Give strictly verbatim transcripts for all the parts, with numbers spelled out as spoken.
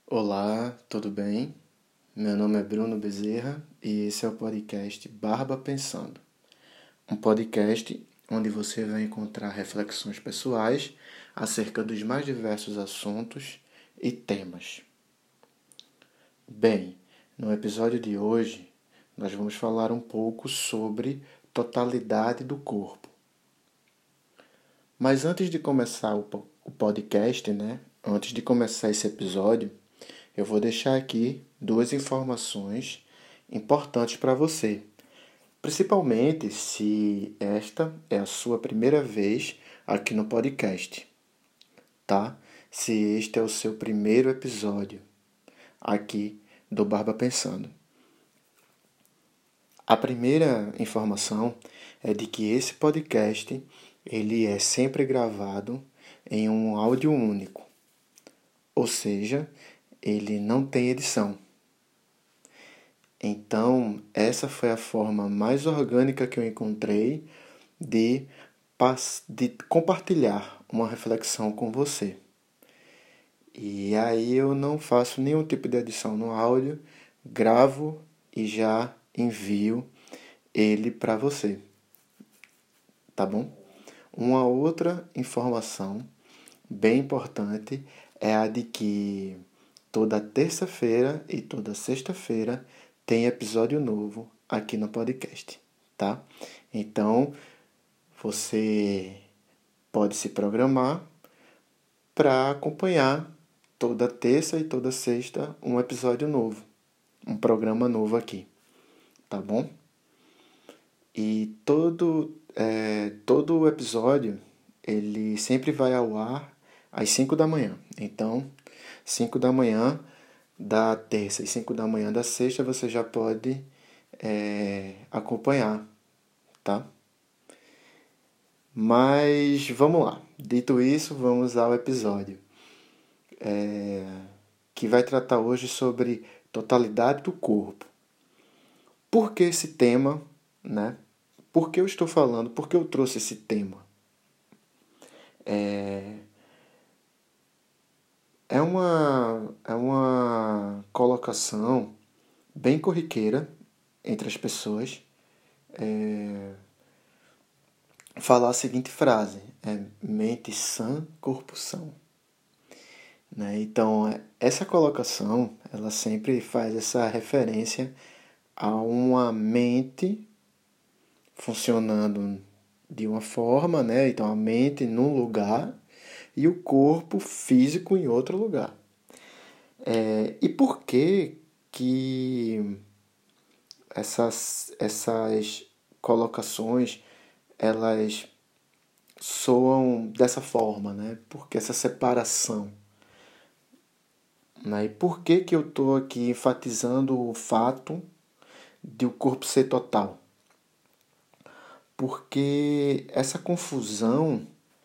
Olá, tudo bem? Meu nome é Bruno Bezerra e esse é o podcast Barba Pensando, um podcast onde você vai encontrar reflexões pessoais acerca dos mais diversos assuntos e temas. Bem, no episódio de hoje nós vamos falar um pouco sobre totalidade do corpo. Mas antes de começar o podcast, né? Antes de começar esse episódio, eu vou deixar aqui duas informações importantes para você, principalmente se esta é a sua primeira vez aqui no podcast, tá? Se este é o seu primeiro episódio aqui do Barba Pensando. A primeira informação é de que esse podcast ele é sempre gravado em um áudio único, ou seja, ele não tem edição. Então, essa foi a forma mais orgânica que eu encontrei de, de compartilhar uma reflexão com você. E aí eu não faço nenhum tipo de edição no áudio, gravo e já envio ele para você. Tá bom? Uma outra informação bem importante é a de que toda terça-feira e toda sexta-feira tem episódio novo aqui no podcast, tá? Então, você pode se programar para acompanhar toda terça e toda sexta um episódio novo, um programa novo aqui, tá bom? E todo, é, todo o episódio, ele sempre vai ao ar às cinco da manhã. Então, cinco da manhã da terça e cinco da manhã da sexta você já pode é, acompanhar, tá? Mas vamos lá. Dito isso, vamos ao episódio é, que vai tratar hoje sobre totalidade do corpo. Por que esse tema, né? Por que eu estou falando? Por que eu trouxe esse tema? É, é uma, é uma colocação bem corriqueira entre as pessoas. É, falar a seguinte frase: é mente sã, corpo são. Né? Então, essa colocação, ela sempre faz essa referência a uma mente funcionando de uma forma, né? Então, a mente num lugar e o corpo físico em outro lugar. É, e por que que essas, essas colocações elas soam dessa forma, né? Porque essa separação, né? E por que que eu estou aqui enfatizando o fato de o corpo ser total? Porque essa confusão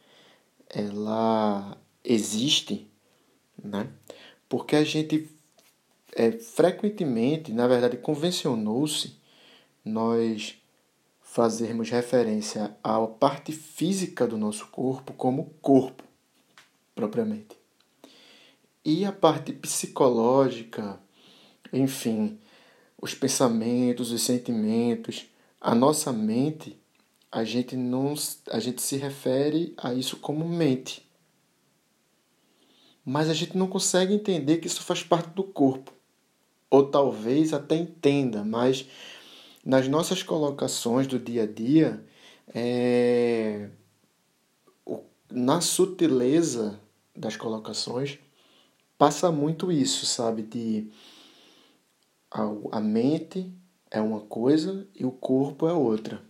ela existe, né? Porque a gente é, frequentemente, na verdade, convencionou-se nós fazermos referência à parte física do nosso corpo como corpo, propriamente. E a parte psicológica, enfim, os pensamentos, os sentimentos, a nossa mente, a gente não, a gente se refere a isso como mente. Mas a gente não consegue entender que isso faz parte do corpo. Ou talvez até entenda, mas nas nossas colocações do dia a dia, é, na sutileza das colocações, passa muito isso, sabe? De a, a mente é uma coisa e o corpo é outra.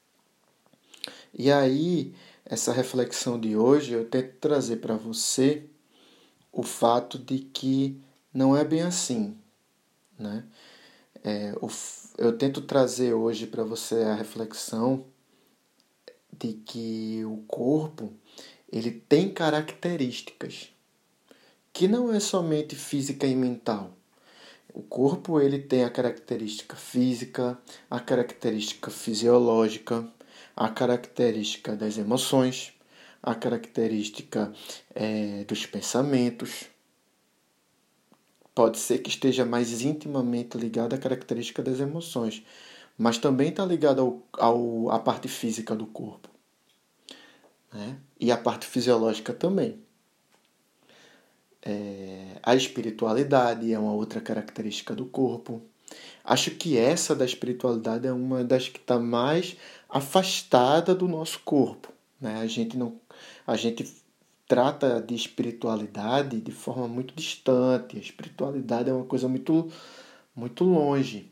E aí, essa reflexão de hoje, eu tento trazer para você o fato de que não é bem assim, né? É, o, eu tento trazer hoje para você a reflexão de que o corpo ele tem características que não é somente física e mental. O corpo ele tem a característica física, a característica fisiológica, a característica das emoções, a característica é, dos pensamentos. pode ser que esteja mais intimamente ligado à característica das emoções, mas também está ligado ao, ao, à parte física do corpo, né? E a parte fisiológica também. É, a espiritualidade é uma outra característica do corpo. Acho que essa da espiritualidade é uma das que está mais afastada do nosso corpo, né? A gente não, a gente trata de espiritualidade de forma muito distante. A espiritualidade é uma coisa muito, muito longe.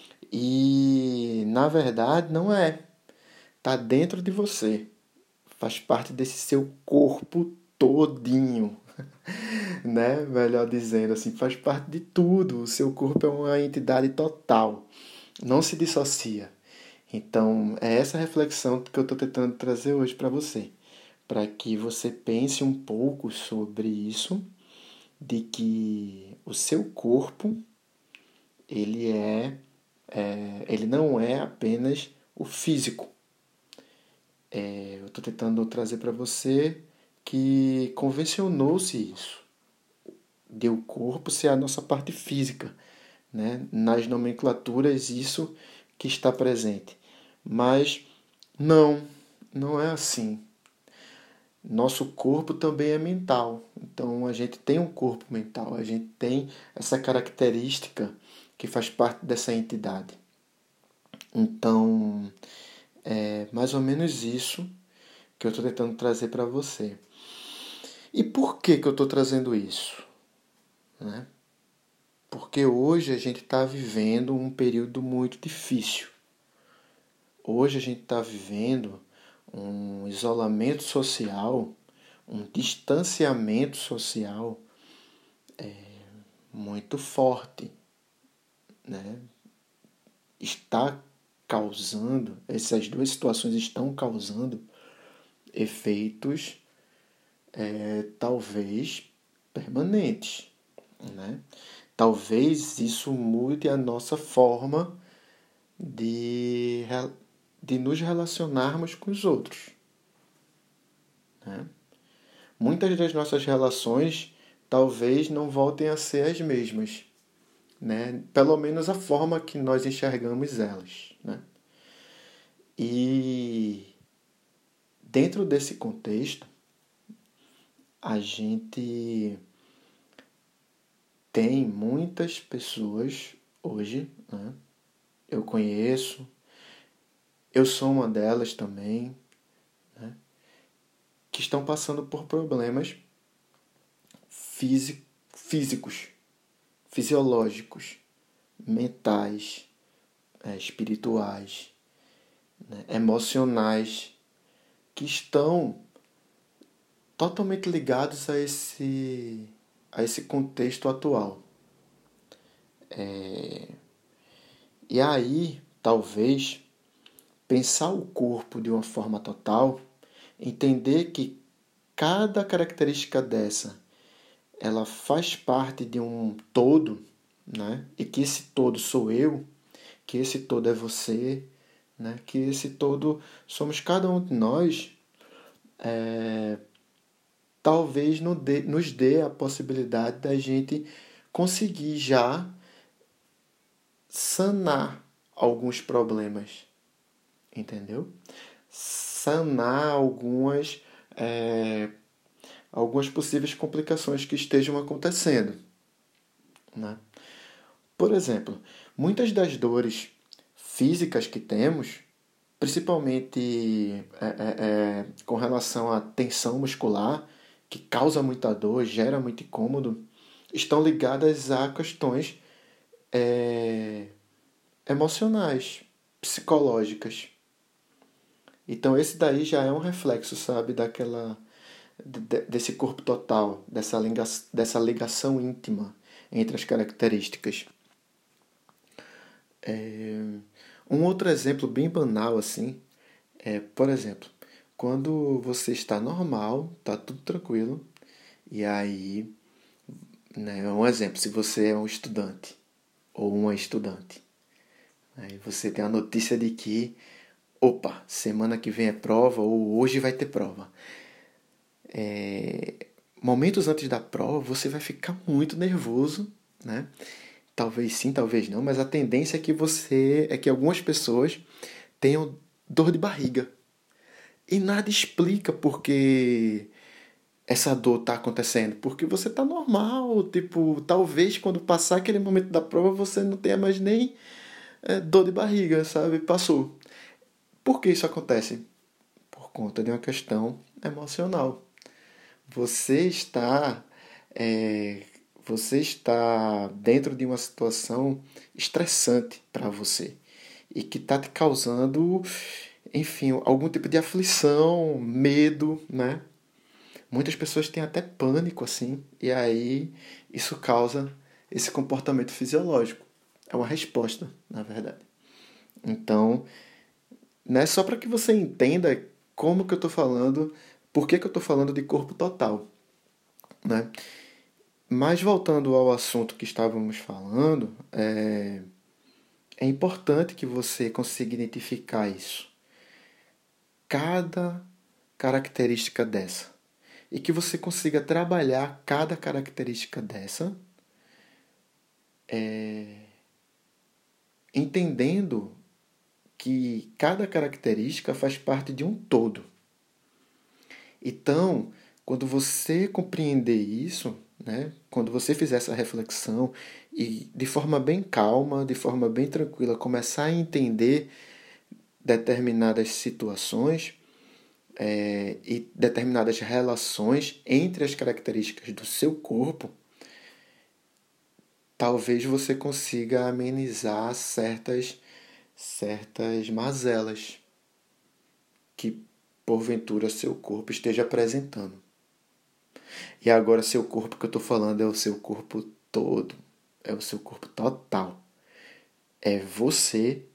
E, na verdade, não é. Está dentro de você. Faz parte desse seu corpo todinho. Né? Melhor dizendo assim, faz parte de tudo. O seu corpo é uma entidade total. Não se dissocia. Então, é essa reflexão que eu estou tentando trazer hoje para você. Para que você pense um pouco sobre isso, de que o seu corpo, ele é, é ele não é apenas o físico. É, eu estou tentando trazer para você que convencionou-se isso, de o corpo ser a nossa parte física, né? Nas nomenclaturas isso que está presente. Mas não, não é assim. Nosso corpo também é mental. Então a gente tem um corpo mental, a gente tem essa característica que faz parte dessa entidade. Então é mais ou menos isso que eu estou tentando trazer para você. E por que, que eu estou trazendo isso? Né? Porque hoje a gente está vivendo um período muito difícil. Hoje a gente está vivendo um isolamento social, um distanciamento social é, muito forte, né? Está causando, essas duas situações estão causando efeitos é, talvez permanentes, né? Talvez isso mude a nossa forma de, de nos relacionarmos com os outros, né? Muitas das nossas relações talvez não voltem a ser as mesmas, né? Pelo menos a forma que nós enxergamos elas, né? E dentro desse contexto, a gente tem muitas pessoas hoje, né? Eu conheço, eu sou uma delas também, né? Que estão passando por problemas físicos, fisiológicos, mentais, é, espirituais, né? Emocionais, que estão totalmente ligados a esse, a esse contexto atual. É... E aí, talvez, pensar o corpo de uma forma total, entender que cada característica dessa, ela faz parte de um todo, né? E que esse todo sou eu, que esse todo é você, né? Que esse todo somos cada um de nós, é... talvez nos dê a possibilidade da gente conseguir já sanar alguns problemas, entendeu? Sanar algumas, é, algumas possíveis complicações que estejam acontecendo, né? Por exemplo, muitas das dores físicas que temos, principalmente é, é, é, com relação à tensão muscular, que causa muita dor, gera muito incômodo, estão ligadas a questões é, emocionais, psicológicas. Então esse daí já é um reflexo, sabe, daquela desse corpo total, dessa ligação, dessa ligação íntima entre as características. É, um outro exemplo bem banal assim é, por exemplo, quando você está normal, está tudo tranquilo, e aí, né, um exemplo, se você é um estudante ou uma estudante, aí você tem a notícia de que, opa, semana que vem é prova ou hoje vai ter prova. É, momentos antes da prova, você vai ficar muito nervoso, né? Talvez sim, talvez não, mas a tendência é que você, é que algumas pessoas tenham dor de barriga. E nada explica porque essa dor tá acontecendo, porque você tá normal, tipo, talvez quando passar aquele momento da prova você não tenha mais nem é, dor de barriga, sabe? Passou. Por que isso acontece? Por conta de uma questão emocional. Você está é, você está dentro de uma situação estressante para você e que está te causando, enfim, algum tipo de aflição, medo, né? Muitas pessoas têm até pânico assim, e aí isso causa esse comportamento fisiológico. É uma resposta, na verdade. Então, né, só para que você entenda como que eu estou falando, por que, que eu estou falando de corpo total, né? Mas voltando ao assunto que estávamos falando, é, é importante que você consiga identificar isso. Cada característica dessa. E que você consiga trabalhar cada característica dessa, entendendo que cada característica faz parte de um todo. Então, quando você compreender isso, né, quando você fizer essa reflexão e de forma bem calma, de forma bem tranquila, começar a entender determinadas situações é, e determinadas relações entre as características do seu corpo, talvez você consiga amenizar certas, certas mazelas que porventura seu corpo esteja apresentando. E agora seu corpo que eu estou falando é o seu corpo todo, é o seu corpo total. É você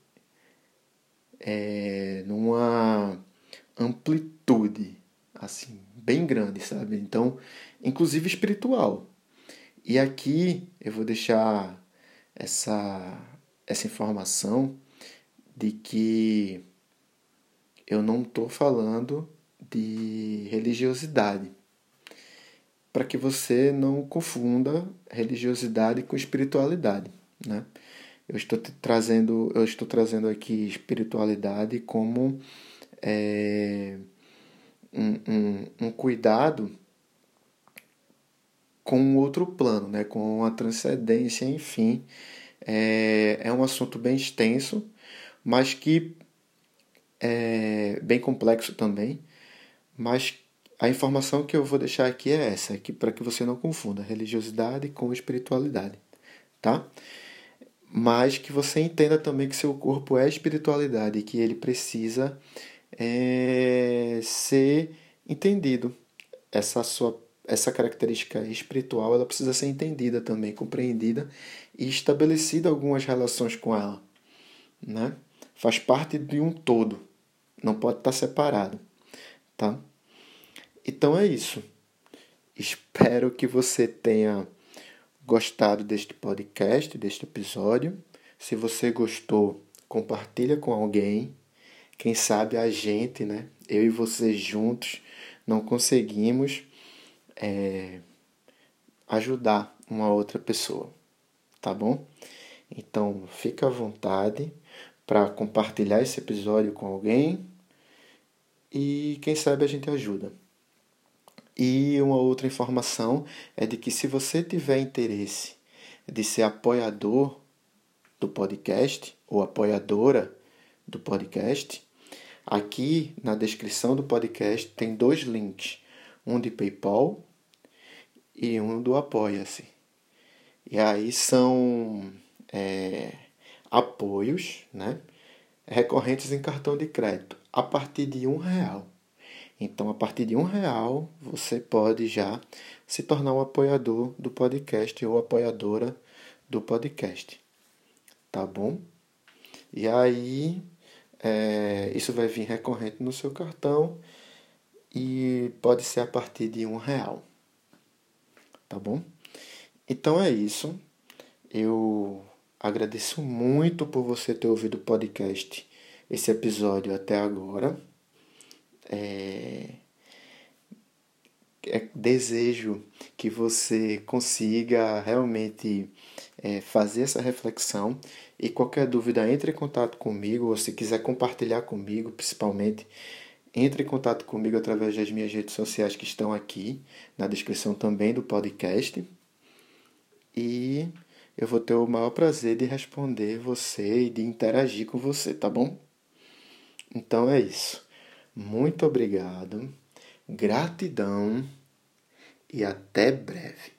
é, numa amplitude assim bem grande, sabe? Então, inclusive espiritual. E aqui eu vou deixar essa essa informação de que eu não estou falando de religiosidade, para que você não confunda religiosidade com espiritualidade, né? Eu estou trazendo, eu estou trazendo aqui espiritualidade como é, um, um, um cuidado com um outro plano, né? Com a transcendência, enfim. É, é um assunto bem extenso, mas que é bem complexo também. Mas a informação que eu vou deixar aqui é essa, que para que você não confunda religiosidade com espiritualidade, tá? Mas que você entenda também que seu corpo é espiritualidade e que ele precisa é, ser entendido. Essa sua essa característica espiritual ela precisa ser entendida também, compreendida e estabelecida algumas relações com ela, né? Faz parte de um todo, não pode estar separado, tá? Então é isso. Espero que você tenha gostado deste podcast, deste episódio. Se você gostou, compartilha com alguém. Quem sabe a gente, né? Eu e você juntos não conseguimos é, ajudar uma outra pessoa, tá bom? Então fica à vontade para compartilhar esse episódio com alguém e quem sabe a gente ajuda. E uma outra informação é de que se você tiver interesse de ser apoiador do podcast ou apoiadora do podcast, aqui na descrição do podcast tem dois links, um de PayPal e um do Apoia-se. E aí são é, apoios, né, recorrentes em cartão de crédito a partir de um real. Então, a partir de um real, você pode já se tornar um apoiador do podcast ou apoiadora do podcast. Tá bom? E aí, é, isso vai vir recorrente no seu cartão e pode ser a partir de um real. Tá bom? Então é isso. Eu agradeço muito por você ter ouvido o podcast, esse episódio até agora. É... é, desejo que você consiga realmente é, fazer essa reflexão. E qualquer dúvida, entre em contato comigo, ou se quiser compartilhar comigo, principalmente, entre em contato comigo através das minhas redes sociais que estão aqui na descrição também do podcast. E eu vou ter o maior prazer de responder você e de interagir com você, tá bom? Então é isso. Muito obrigado, gratidão e até breve.